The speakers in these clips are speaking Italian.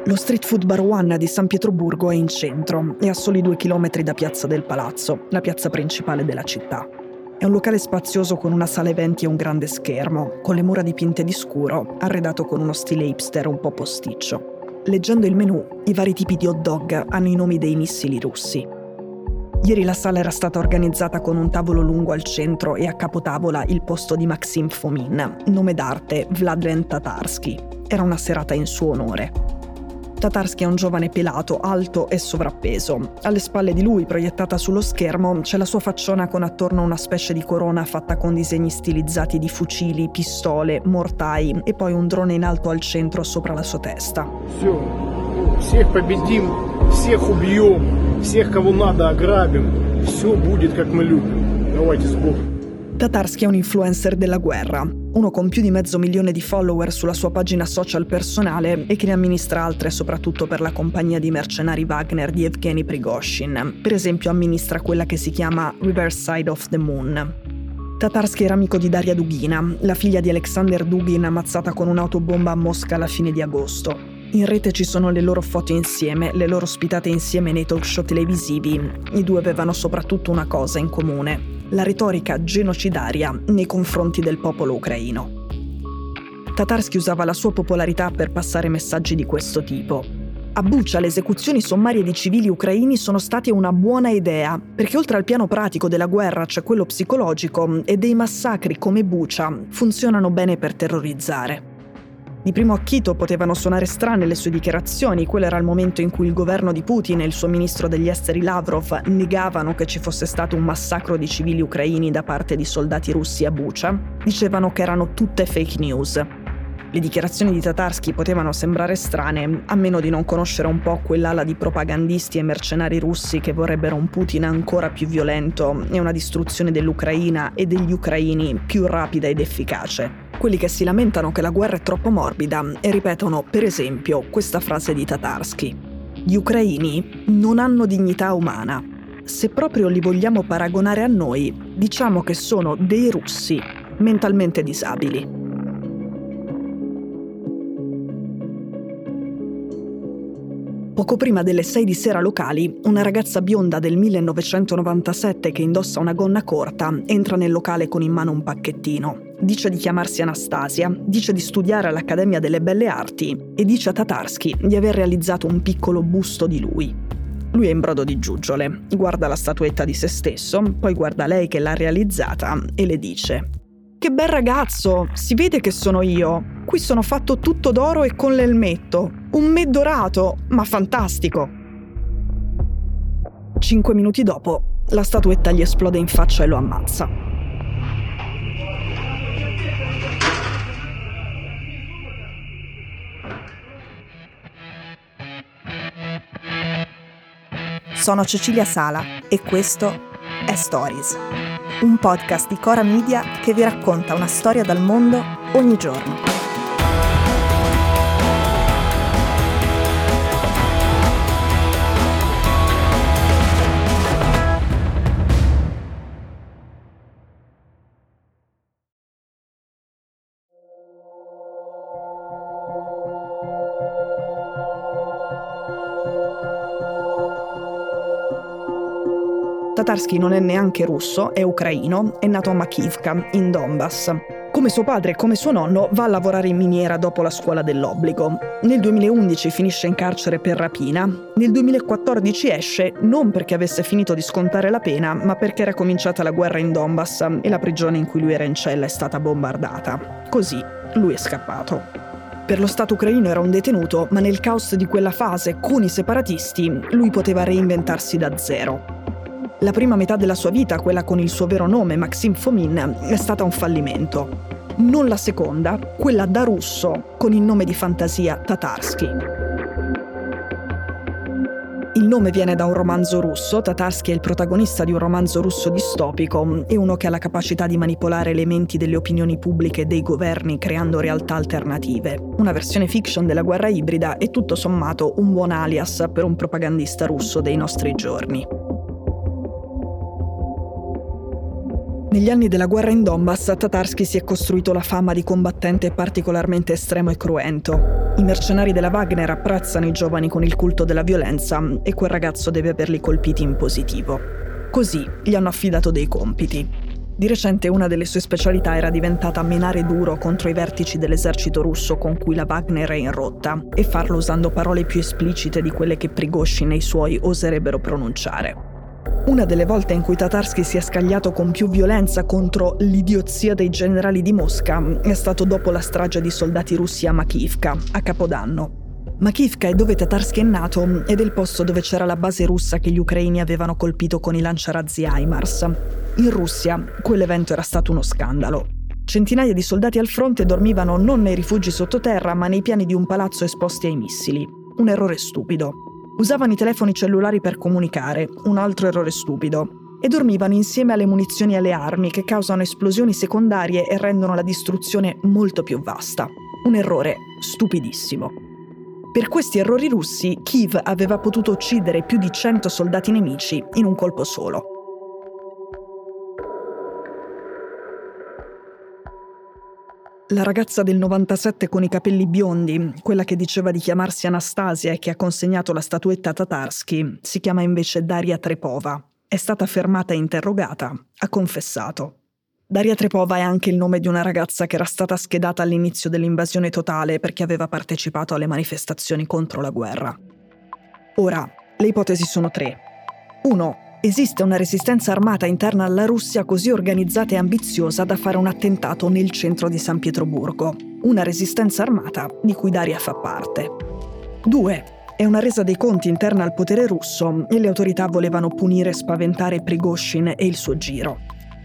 Lo street food bar One di San Pietroburgo è in centro e a soli 2 chilometri da Piazza del Palazzo, la piazza principale della città. È un locale spazioso con una sala eventi e un grande schermo, con le mura dipinte di scuro, arredato con uno stile hipster un po' posticcio. Leggendo il menù, i vari tipi di hot dog hanno i nomi dei missili russi. Ieri la sala era stata organizzata con un tavolo lungo al centro e a capotavola il posto di Maksim Fomin, nome d'arte Vladlen Tatarsky. Era una serata in suo onore. Tatarsky è un giovane pelato, alto e sovrappeso. Alle spalle di lui, proiettata sullo schermo, c'è la sua facciona con attorno una specie di corona fatta con disegni stilizzati di fucili, pistole, mortai e poi un drone in alto al centro sopra la sua testa. Всех победим, всех убьем, всех кого надо ограбим. Все будет как мы любим. Давайте с Богом. Tatarsky è un influencer della guerra, uno con più di 500.000 di follower sulla sua pagina social personale e che ne amministra altre soprattutto per la compagnia di mercenari Wagner di Evgeny Prigozhin. Per esempio amministra quella che si chiama Reverse Side of the Moon. Tatarsky era amico di Daria Dugina, la figlia di Alexander Dugin ammazzata con un'autobomba a Mosca alla fine di agosto. In rete ci sono le loro foto insieme, le loro ospitate insieme nei talk show televisivi. I due avevano soprattutto una cosa in comune: la retorica genocidaria nei confronti del popolo ucraino. Tatarsky usava la sua popolarità per passare messaggi di questo tipo. A Bucha le esecuzioni sommarie di civili ucraini sono state una buona idea, perché oltre al piano pratico della guerra c'è quello psicologico e dei massacri come Bucha funzionano bene per terrorizzare. Di primo acchito potevano suonare strane le sue dichiarazioni, quello era il momento in cui il governo di Putin e il suo ministro degli esteri Lavrov negavano che ci fosse stato un massacro di civili ucraini da parte di soldati russi a Bucha, dicevano che erano tutte fake news. Le dichiarazioni di Tatarsky potevano sembrare strane, a meno di non conoscere un po' quell'ala di propagandisti e mercenari russi che vorrebbero un Putin ancora più violento e una distruzione dell'Ucraina e degli ucraini più rapida ed efficace. Quelli che si lamentano che la guerra è troppo morbida e ripetono, per esempio, questa frase di Tatarsky: gli ucraini non hanno dignità umana. Se proprio li vogliamo paragonare a noi, diciamo che sono dei russi mentalmente disabili. Poco prima delle 6 di sera locali, una ragazza bionda del 1997 che indossa una gonna corta entra nel locale con in mano un pacchettino. Dice di chiamarsi Anastasia, dice di studiare all'Accademia delle Belle Arti e dice a Tatarsky di aver realizzato un piccolo busto di lui. Lui è in brodo di giuggiole, guarda la statuetta di se stesso, poi guarda lei che l'ha realizzata e le dice: «Che bel ragazzo, si vede che sono io. Qui sono fatto tutto d'oro e con l'elmetto. Un me dorato, ma fantastico!» 5 minuti dopo, la statuetta gli esplode in faccia e lo ammazza. Sono Cecilia Sala e questo è Stories, un podcast di Cora Media che vi racconta una storia dal mondo ogni giorno. Tatarsky non è neanche russo, è ucraino, è nato a Makivka, in Donbass. Come suo padre e come suo nonno va a lavorare in miniera dopo la scuola dell'obbligo. Nel 2011 finisce in carcere per rapina. Nel 2014 esce non perché avesse finito di scontare la pena, ma perché era cominciata la guerra in Donbass e la prigione in cui lui era in cella è stata bombardata. Così lui è scappato. Per lo Stato ucraino era un detenuto, ma nel caos di quella fase, con i separatisti, lui poteva reinventarsi da zero. La prima metà della sua vita, quella con il suo vero nome, Maksim Fomin, è stata un fallimento. Non la seconda, quella da russo, con il nome di fantasia Tatarsky. Il nome viene da un romanzo russo, Tatarsky è il protagonista di un romanzo russo distopico e uno che ha la capacità di manipolare elementi delle opinioni pubbliche e dei governi creando realtà alternative. Una versione fiction della guerra ibrida e tutto sommato un buon alias per un propagandista russo dei nostri giorni. Negli anni della guerra in Donbass, Tatarsky si è costruito la fama di combattente particolarmente estremo e cruento. I mercenari della Wagner apprezzano i giovani con il culto della violenza e quel ragazzo deve averli colpiti in positivo. Così gli hanno affidato dei compiti. Di recente una delle sue specialità era diventata menare duro contro i vertici dell'esercito russo con cui la Wagner è in rotta e farlo usando parole più esplicite di quelle che Prigozhin e i suoi oserebbero pronunciare. Una delle volte in cui Tatarsky si è scagliato con più violenza contro l'idiozia dei generali di Mosca è stato dopo la strage di soldati russi a Makivka, a Capodanno. Makivka è dove Tatarsky è nato ed è il posto dove c'era la base russa che gli ucraini avevano colpito con i lanciarazzi HIMARS. In Russia, quell'evento era stato uno scandalo. Centinaia di soldati al fronte dormivano non nei rifugi sottoterra, ma nei piani di un palazzo esposti ai missili. Un errore stupido. Usavano i telefoni cellulari per comunicare, un altro errore stupido, e dormivano insieme alle munizioni e alle armi che causano esplosioni secondarie e rendono la distruzione molto più vasta. Un errore stupidissimo. Per questi errori russi, Kiev aveva potuto uccidere più di 100 soldati nemici in un colpo solo. La ragazza del 97 con i capelli biondi, quella che diceva di chiamarsi Anastasia e che ha consegnato la statuetta a Tatarsky, si chiama invece Daria Trepova. È stata fermata e interrogata, ha confessato. Daria Trepova è anche il nome di una ragazza che era stata schedata all'inizio dell'invasione totale perché aveva partecipato alle manifestazioni contro la guerra. Ora, le ipotesi sono 3. 1. Esiste una resistenza armata interna alla Russia così organizzata e ambiziosa da fare un attentato nel centro di San Pietroburgo. Una resistenza armata di cui Daria fa parte. 2. È una resa dei conti interna al potere russo e le autorità volevano punire e spaventare Prigozhin e il suo giro.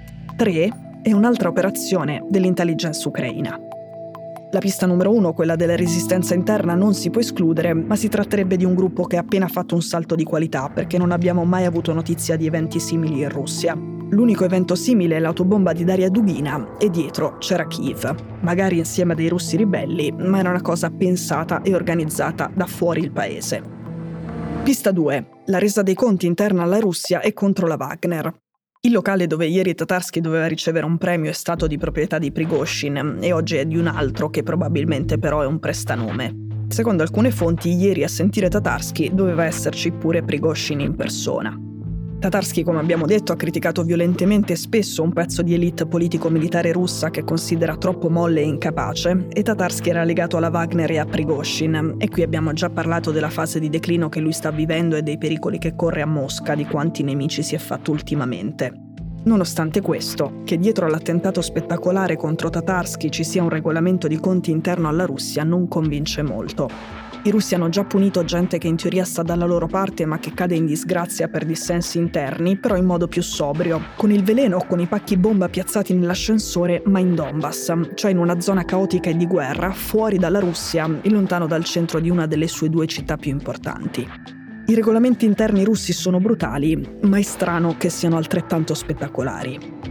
3. È un'altra operazione dell'intelligence ucraina. La pista numero 1, quella della resistenza interna, non si può escludere, ma si tratterebbe di un gruppo che ha appena fatto un salto di qualità, perché non abbiamo mai avuto notizia di eventi simili in Russia. L'unico evento simile è l'autobomba di Daria Dugina e dietro c'era Kiev, magari insieme a dei russi ribelli, ma era una cosa pensata e organizzata da fuori il paese. Pista 2. La resa dei conti interna alla Russia è contro la Wagner. Il locale dove ieri Tatarsky doveva ricevere un premio è stato di proprietà di Prigozhin e oggi è di un altro che probabilmente però è un prestanome. Secondo alcune fonti, ieri a sentire Tatarsky doveva esserci pure Prigozhin in persona. Tatarsky, come abbiamo detto, ha criticato violentemente spesso un pezzo di elite politico-militare russa che considera troppo molle e incapace, e Tatarsky era legato alla Wagner e a Prigozhin, e qui abbiamo già parlato della fase di declino che lui sta vivendo e dei pericoli che corre a Mosca, di quanti nemici si è fatto ultimamente. Nonostante questo, che dietro all'attentato spettacolare contro Tatarsky ci sia un regolamento di conti interno alla Russia non convince molto. I russi hanno già punito gente che in teoria sta dalla loro parte ma che cade in disgrazia per dissensi interni, però in modo più sobrio, con il veleno o con i pacchi bomba piazzati nell'ascensore ma in Donbass, cioè in una zona caotica e di guerra, fuori dalla Russia e lontano dal centro di una delle sue 2 città più importanti. I regolamenti interni russi sono brutali, ma è strano che siano altrettanto spettacolari.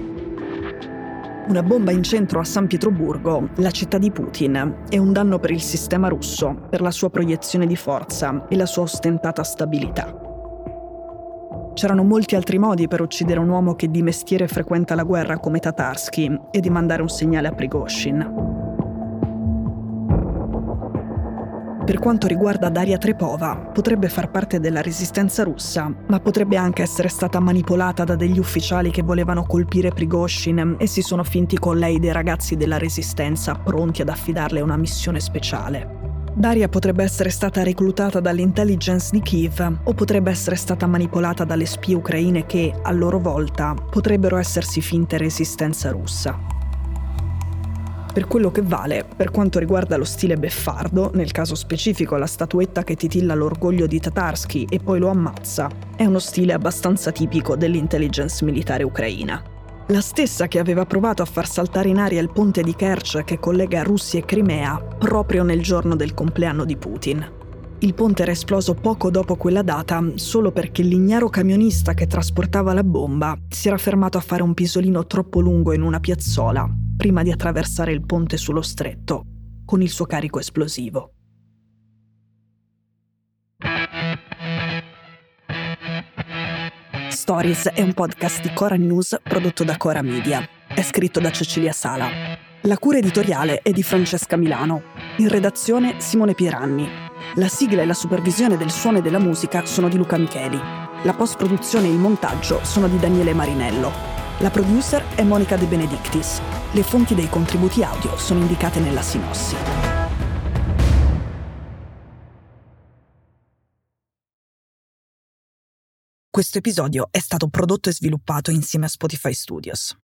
Una bomba in centro a San Pietroburgo, la città di Putin, è un danno per il sistema russo, per la sua proiezione di forza e la sua ostentata stabilità. C'erano molti altri modi per uccidere un uomo che di mestiere frequenta la guerra come Tatarsky e di mandare un segnale a Prigozhin. Per quanto riguarda Daria Trepova, potrebbe far parte della resistenza russa, ma potrebbe anche essere stata manipolata da degli ufficiali che volevano colpire Prigozhin e si sono finti con lei dei ragazzi della resistenza pronti ad affidarle una missione speciale. Daria potrebbe essere stata reclutata dall'intelligence di Kiev o potrebbe essere stata manipolata dalle spie ucraine che, a loro volta, potrebbero essersi finte resistenza russa. Per quello che vale, per quanto riguarda lo stile beffardo, nel caso specifico la statuetta che titilla l'orgoglio di Tatarsky e poi lo ammazza, è uno stile abbastanza tipico dell'intelligence militare ucraina. La stessa che aveva provato a far saltare in aria il ponte di Kerch che collega Russia e Crimea proprio nel giorno del compleanno di Putin. Il ponte era esploso poco dopo quella data solo perché l'ignaro camionista che trasportava la bomba si era fermato a fare un pisolino troppo lungo in una piazzola prima di attraversare il ponte sullo stretto con il suo carico esplosivo. Stories è un podcast di Cora News prodotto da Cora Media. È scritto da Cecilia Sala. La cura editoriale è di Francesca Milano. In redazione Simone Pieranni. La sigla e la supervisione del suono e della musica sono di Luca Micheli. La post-produzione e il montaggio sono di Daniele Marinello. La producer è Monica De Benedictis. Le fonti dei contributi audio sono indicate nella sinossi. Questo episodio è stato prodotto e sviluppato insieme a Spotify Studios.